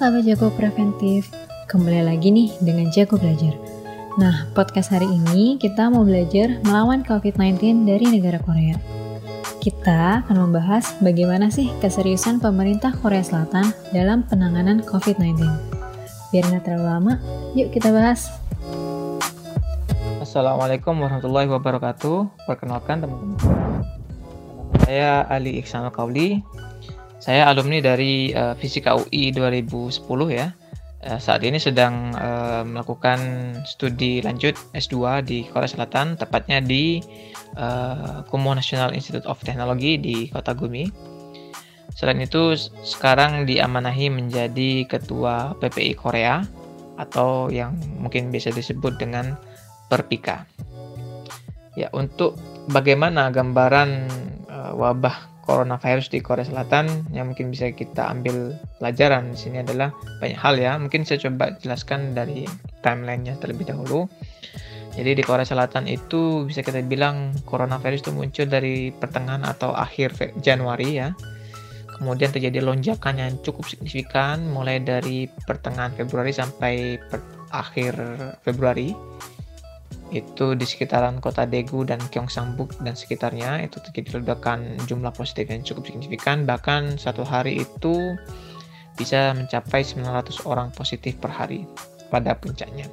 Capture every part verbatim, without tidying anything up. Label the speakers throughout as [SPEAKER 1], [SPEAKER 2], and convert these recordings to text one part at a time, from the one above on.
[SPEAKER 1] sahabat Jago Preventif, kembali lagi nih dengan Jago Belajar. Nah, podcast hari ini kita mau belajar melawan covid sembilan belas dari negara Korea. Kita akan membahas bagaimana sih keseriusan pemerintah Korea Selatan dalam penanganan covid sembilan belas. Biar nggak terlalu lama, yuk kita bahas.
[SPEAKER 2] Assalamualaikum warahmatullahi wabarakatuh. Perkenalkan teman-teman, saya Ali Iksan Al-Kauli. Saya alumni dari uh, Fisika U I dua ribu sepuluh ya. Uh, saat ini sedang uh, melakukan studi lanjut S dua di Korea Selatan, tepatnya di uh, Kumo National Institute of Technology di Kota Gumi. Selain itu, sekarang diamanahi menjadi Ketua P P I Korea atau yang mungkin bisa disebut dengan Perpika. Ya, untuk bagaimana gambaran uh, wabah coronavirus di Korea Selatan yang mungkin bisa kita ambil pelajaran di sini adalah banyak hal ya. Mungkin saya coba jelaskan dari timelinenya terlebih dahulu. Jadi di Korea Selatan itu bisa kita bilang coronavirus itu muncul dari pertengahan atau akhir Januari ya. Kemudian terjadi lonjakan yang cukup signifikan mulai dari pertengahan Februari sampai per akhir Februari. Itu di sekitaran kota Daegu dan Gyeongsangbuk dan sekitarnya itu terjadi ledakan jumlah positif yang cukup signifikan, bahkan satu hari itu bisa mencapai sembilan ratus orang positif per hari pada puncaknya.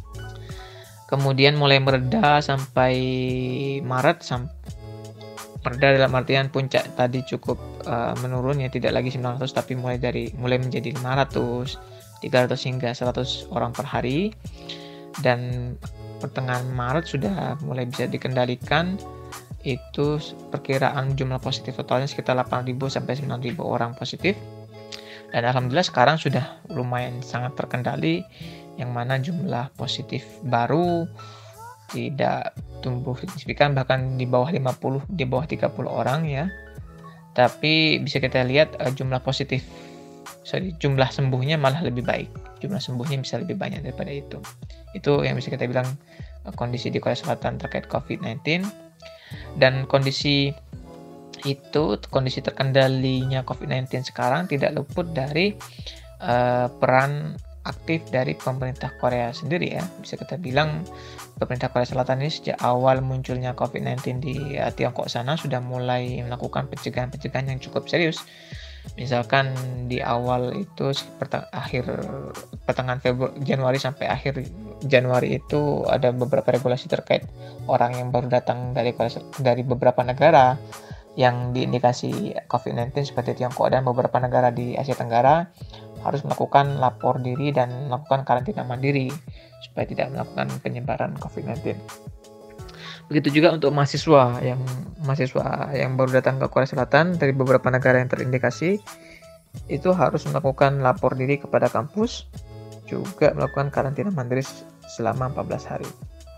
[SPEAKER 2] Kemudian mulai mereda sampai Maret, sampai mereda dalam artian puncak tadi cukup uh, menurun ya, tidak lagi sembilan ratus tapi mulai dari mulai menjadi lima ratus, tiga ratus hingga seratus orang per hari. Dan pertengahan Maret sudah mulai bisa dikendalikan, itu perkiraan jumlah positif totalnya sekitar delapan ribu sampai sembilan ribu orang positif. Dan alhamdulillah sekarang sudah lumayan sangat terkendali, yang mana jumlah positif baru tidak tumbuh signifikan, bahkan di bawah lima puluh, di bawah tiga puluh orang ya. Tapi bisa kita lihat uh, jumlah positif sorry, jumlah sembuhnya malah lebih baik. Jumlah sembuhnya bisa lebih banyak daripada itu. Itu yang bisa kita bilang uh, kondisi di Korea Selatan terkait covid sembilan belas. Dan kondisi itu, kondisi terkendalinya covid sembilan belas sekarang tidak luput dari uh, peran aktif dari pemerintah Korea sendiri ya. Bisa kita bilang pemerintah Korea Selatan ini sejak awal munculnya covid sembilan belas di uh, Tiongkok sana sudah mulai melakukan pencegahan-pencegahan yang cukup serius. Misalkan di awal itu akhir pertengahan Februari Januari sampai akhir Januari itu ada beberapa regulasi terkait orang yang baru datang dari dari beberapa negara yang diindikasi covid sembilan belas seperti Tiongkok dan beberapa negara di Asia Tenggara harus melakukan lapor diri dan melakukan karantina mandiri supaya tidak melakukan penyebaran covid sembilan belas. Begitu juga untuk mahasiswa yang mahasiswa yang baru datang ke Korea Selatan dari beberapa negara yang terindikasi, itu harus melakukan lapor diri kepada kampus, juga melakukan karantina mandiri selama empat belas hari.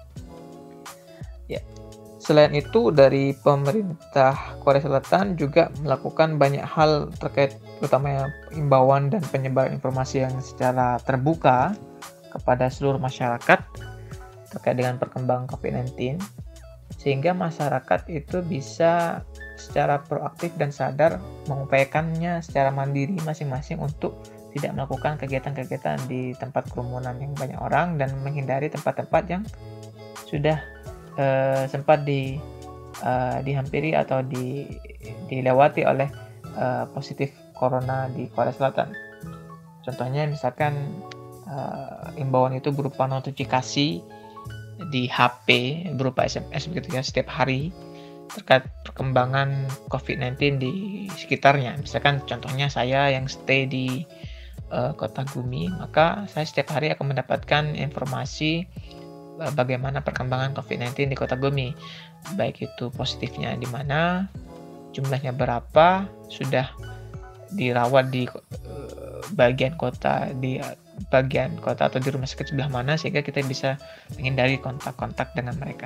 [SPEAKER 2] Ya. Selain itu, dari pemerintah Korea Selatan juga melakukan banyak hal terkait terutama imbauan dan penyebaran informasi yang secara terbuka kepada seluruh masyarakat terkait dengan perkembangan covid sembilan belas. Sehingga masyarakat itu bisa secara proaktif dan sadar mengupayakannya secara mandiri masing-masing untuk tidak melakukan kegiatan-kegiatan di tempat kerumunan yang banyak orang dan menghindari tempat-tempat yang sudah uh, sempat di, uh, dihampiri atau di, dilewati oleh uh, positif corona di Korea Selatan. Contohnya misalkan uh, imbauan itu berupa notifikasi di H P berupa S M S begitu ya setiap hari terkait perkembangan covid sembilan belas di sekitarnya. Misalkan contohnya saya yang stay di uh, Kota Gumi, maka saya setiap hari akan mendapatkan informasi uh, bagaimana perkembangan covid sembilan belas di Kota Gumi, baik itu positifnya di mana, jumlahnya berapa, sudah dirawat di uh, bagian kota di uh, bagian kota atau di rumah sakit sebelah mana, sehingga kita bisa menghindari kontak-kontak dengan mereka.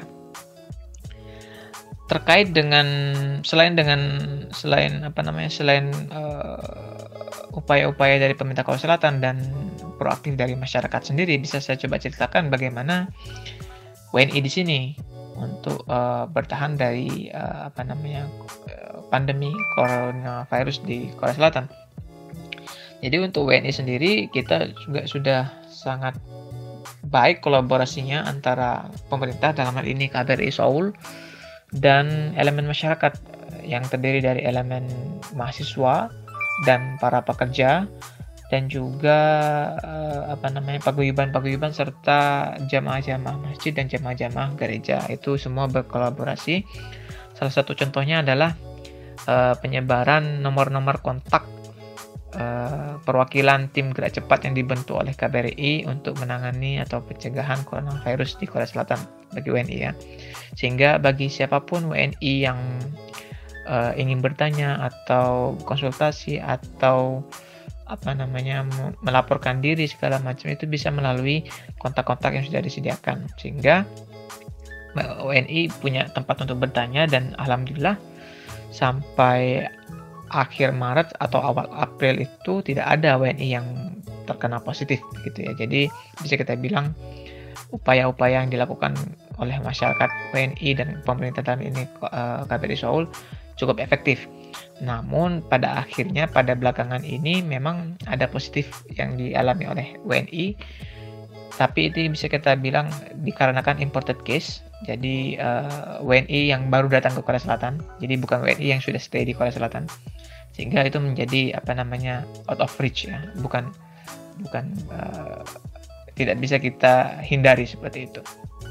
[SPEAKER 2] Terkait dengan selain dengan selain apa namanya selain uh, upaya-upaya dari pemerintah Korea Selatan dan proaktif dari masyarakat sendiri, bisa saya coba ceritakan bagaimana W N I di sini untuk uh, bertahan dari uh, apa namanya uh, pandemi coronavirus di Korea Selatan. Jadi untuk W N I sendiri kita juga sudah sangat baik kolaborasinya antara pemerintah, dalam hal ini K B R I Seoul, dan elemen masyarakat yang terdiri dari elemen mahasiswa dan para pekerja, dan juga eh, apa namanya paguyuban-paguyuban serta jamaah-jamaah masjid dan jamaah-jamaah gereja. Itu semua berkolaborasi. Salah satu contohnya adalah eh, penyebaran nomor-nomor kontak Uh, perwakilan tim gerak cepat yang dibentuk oleh K B R I untuk menangani atau pencegahan coronavirus di Korea Selatan bagi W N I ya. Sehingga bagi siapapun W N I yang uh, ingin bertanya atau konsultasi atau apa namanya melaporkan diri segala macam itu bisa melalui kontak-kontak yang sudah disediakan. Sehingga W N I punya tempat untuk bertanya, dan alhamdulillah sampai akhir Maret atau awal April itu tidak ada W N I yang terkena positif gitu ya. Jadi bisa kita bilang upaya-upaya yang dilakukan oleh masyarakat W N I dan pemerintah dalam ini K B R I Seoul cukup efektif. Namun pada akhirnya pada belakangan ini memang ada positif yang dialami oleh W N I, tapi itu bisa kita bilang dikarenakan imported case. Jadi uh, W N I yang baru datang ke Korea Selatan, jadi bukan W N I yang sudah stay di Korea Selatan, sehingga itu menjadi apa namanya out of reach ya, bukan bukan uh, tidak bisa kita hindari seperti itu.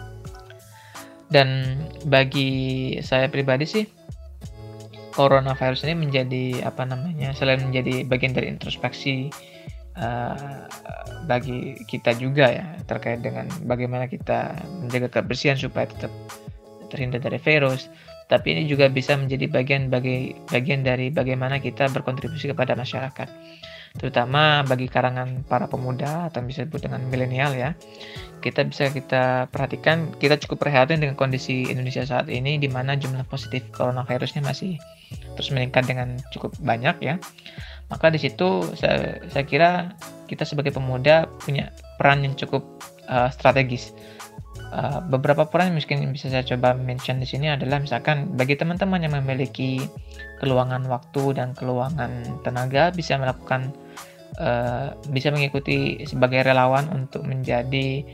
[SPEAKER 2] Dan bagi saya pribadi sih, coronavirus ini menjadi apa namanya selain menjadi bagian dari introspeksi Uh, bagi kita juga ya, terkait dengan bagaimana kita menjaga kebersihan supaya tetap terhindar dari virus, tapi ini juga bisa menjadi bagian bagi bagian dari bagaimana kita berkontribusi kepada masyarakat, terutama bagi kalangan para pemuda atau bisa disebut dengan milenial ya. Kita bisa kita perhatikan, kita cukup prihatin dengan kondisi Indonesia saat ini, di mana jumlah positif coronavirusnya masih terus meningkat dengan cukup banyak ya. Maka di situ saya, saya kira kita sebagai pemuda punya peran yang cukup uh, strategis. Uh, beberapa peran yang mungkin bisa saya coba mention di sini adalah misalkan bagi teman-teman yang memiliki keluangan waktu dan keluangan tenaga, bisa melakukan uh, bisa mengikuti sebagai relawan untuk menjadi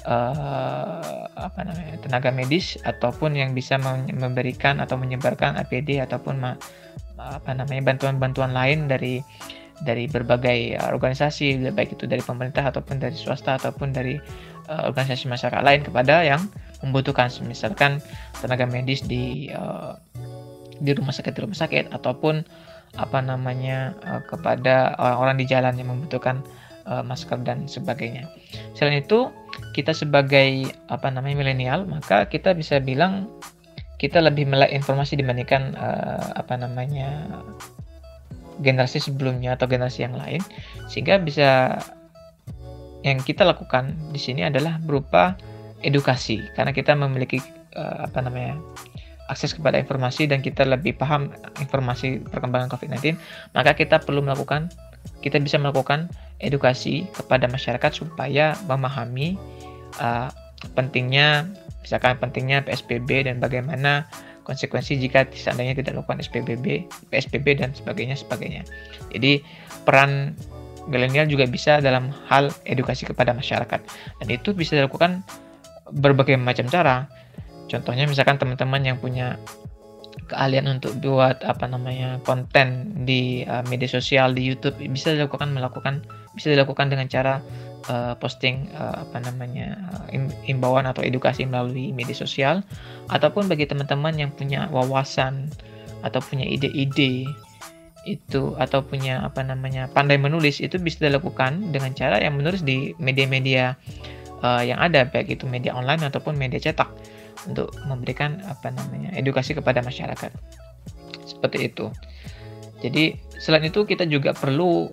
[SPEAKER 2] uh, apa namanya tenaga medis, ataupun yang bisa memberikan atau menyebarkan A P D ataupun ma- apa namanya bantuan-bantuan lain dari dari berbagai uh, organisasi, baik itu dari pemerintah ataupun dari swasta ataupun dari uh, organisasi masyarakat lain kepada yang membutuhkan, misalkan tenaga medis di uh, di rumah sakit di rumah sakit ataupun apa namanya uh, kepada orang-orang di jalan yang membutuhkan uh, masker dan sebagainya. Selain itu, kita sebagai apa namanya milenial, maka kita bisa bilang kita lebih melek informasi dibandingkan uh, apa namanya generasi sebelumnya atau generasi yang lain, sehingga bisa yang kita lakukan di sini adalah berupa edukasi, karena kita memiliki uh, apa namanya akses kepada informasi dan kita lebih paham informasi perkembangan covid sembilan belas, maka kita perlu melakukan kita bisa melakukan edukasi kepada masyarakat supaya memahami uh, pentingnya misalkan pentingnya P S B B dan bagaimana konsekuensi jika seandainya tidak melakukan S P B B, P S B B dan sebagainya sebagainya. Jadi peran milenial juga bisa dalam hal edukasi kepada masyarakat, dan itu bisa dilakukan berbagai macam cara. Contohnya misalkan teman-teman yang punya keahlian untuk buat apa namanya konten di uh, media sosial di YouTube, bisa dilakukan melakukan bisa dilakukan dengan cara Uh, posting uh, apa namanya uh, imbauan atau edukasi melalui media sosial, ataupun bagi teman-teman yang punya wawasan atau punya ide-ide itu atau punya apa namanya pandai menulis, itu bisa dilakukan dengan cara yang menulis di media-media uh, yang ada, baik itu media online ataupun media cetak, untuk memberikan apa namanya edukasi kepada masyarakat seperti itu. Jadi selain itu kita juga perlu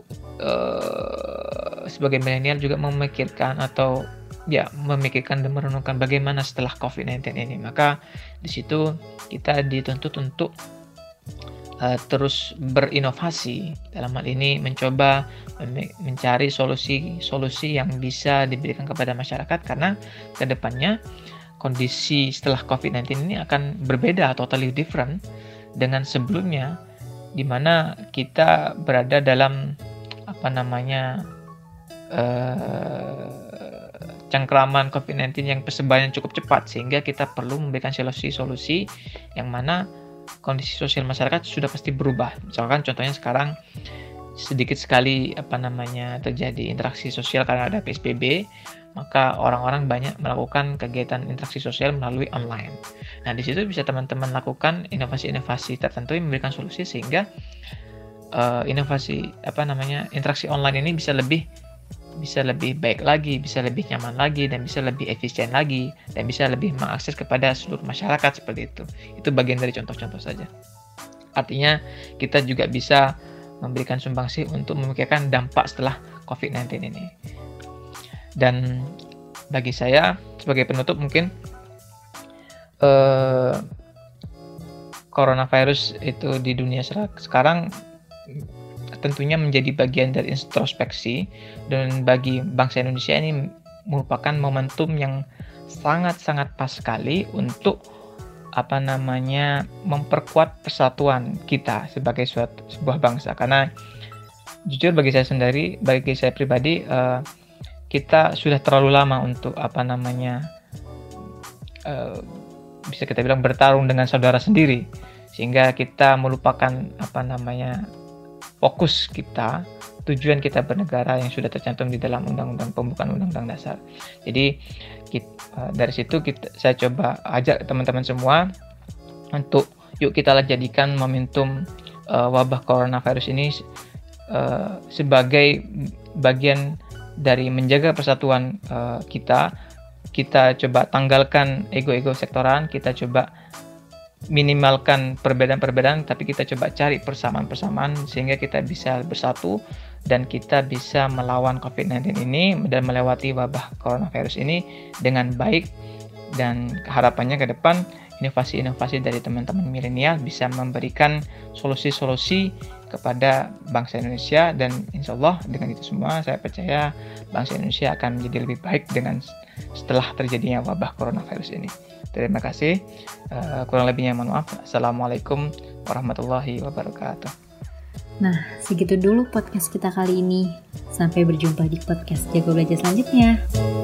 [SPEAKER 2] uh, sebagai milenial juga memikirkan atau ya memikirkan dan merenungkan bagaimana setelah covid sembilan belas ini. Maka di situ kita dituntut untuk uh, terus berinovasi, dalam hal ini mencoba mem- mencari solusi-solusi yang bisa diberikan kepada masyarakat, karena kedepannya kondisi setelah covid sembilan belas ini akan berbeda, totally different dengan sebelumnya, di mana kita berada dalam apa namanya uh, cengkraman covid sembilan belas yang persebarannya cukup cepat, sehingga kita perlu memberikan solusi-solusi yang mana kondisi sosial masyarakat sudah pasti berubah. Misalkan contohnya sekarang sedikit sekali apa namanya terjadi interaksi sosial karena ada P S B B, maka orang-orang banyak melakukan kegiatan interaksi sosial melalui online. Nah, di situ bisa teman-teman lakukan inovasi-inovasi tertentu yang memberikan solusi sehingga uh, inovasi apa namanya interaksi online ini bisa lebih bisa lebih baik lagi, bisa lebih nyaman lagi, dan bisa lebih efisien lagi, dan bisa lebih mengakses kepada seluruh masyarakat seperti itu. Itu bagian dari contoh-contoh saja. Artinya kita juga bisa memberikan sumbangsi untuk memikirkan dampak setelah covid sembilan belas ini. Dan bagi saya sebagai penutup mungkin eh, coronavirus itu di dunia sekarang tentunya menjadi bagian dari introspeksi, dan bagi bangsa Indonesia ini merupakan momentum yang sangat-sangat pas sekali untuk apa namanya memperkuat persatuan kita sebagai suatu sebuah bangsa. Karena jujur bagi saya sendiri, bagi saya pribadi, uh, kita sudah terlalu lama untuk apa namanya uh, bisa kita bilang bertarung dengan saudara sendiri, sehingga kita melupakan apa namanya fokus kita, tujuan kita bernegara yang sudah tercantum di dalam Undang-Undang Pembukaan Undang-Undang Dasar. Jadi kita, dari situ kita, saya coba ajak teman-teman semua untuk yuk kita jadikan momentum uh, wabah coronavirus ini uh, sebagai bagian dari menjaga persatuan uh, kita. Kita coba tanggalkan ego-ego sektoran, kita coba minimalkan perbedaan-perbedaan, tapi kita coba cari persamaan-persamaan sehingga kita bisa bersatu dan kita bisa melawan covid sembilan belas ini dan melewati wabah coronavirus ini dengan baik. Dan harapannya ke depan inovasi-inovasi dari teman-teman milenial bisa memberikan solusi-solusi kepada bangsa Indonesia, dan insya Allah dengan itu semua saya percaya bangsa Indonesia akan menjadi lebih baik dengan setelah terjadinya wabah coronavirus ini. Terima kasih. Uh, kurang lebihnya mohon maaf. Assalamualaikum warahmatullahi wabarakatuh.
[SPEAKER 1] Nah, segitu dulu podcast kita kali ini. Sampai berjumpa di podcast Jago Belajar selanjutnya.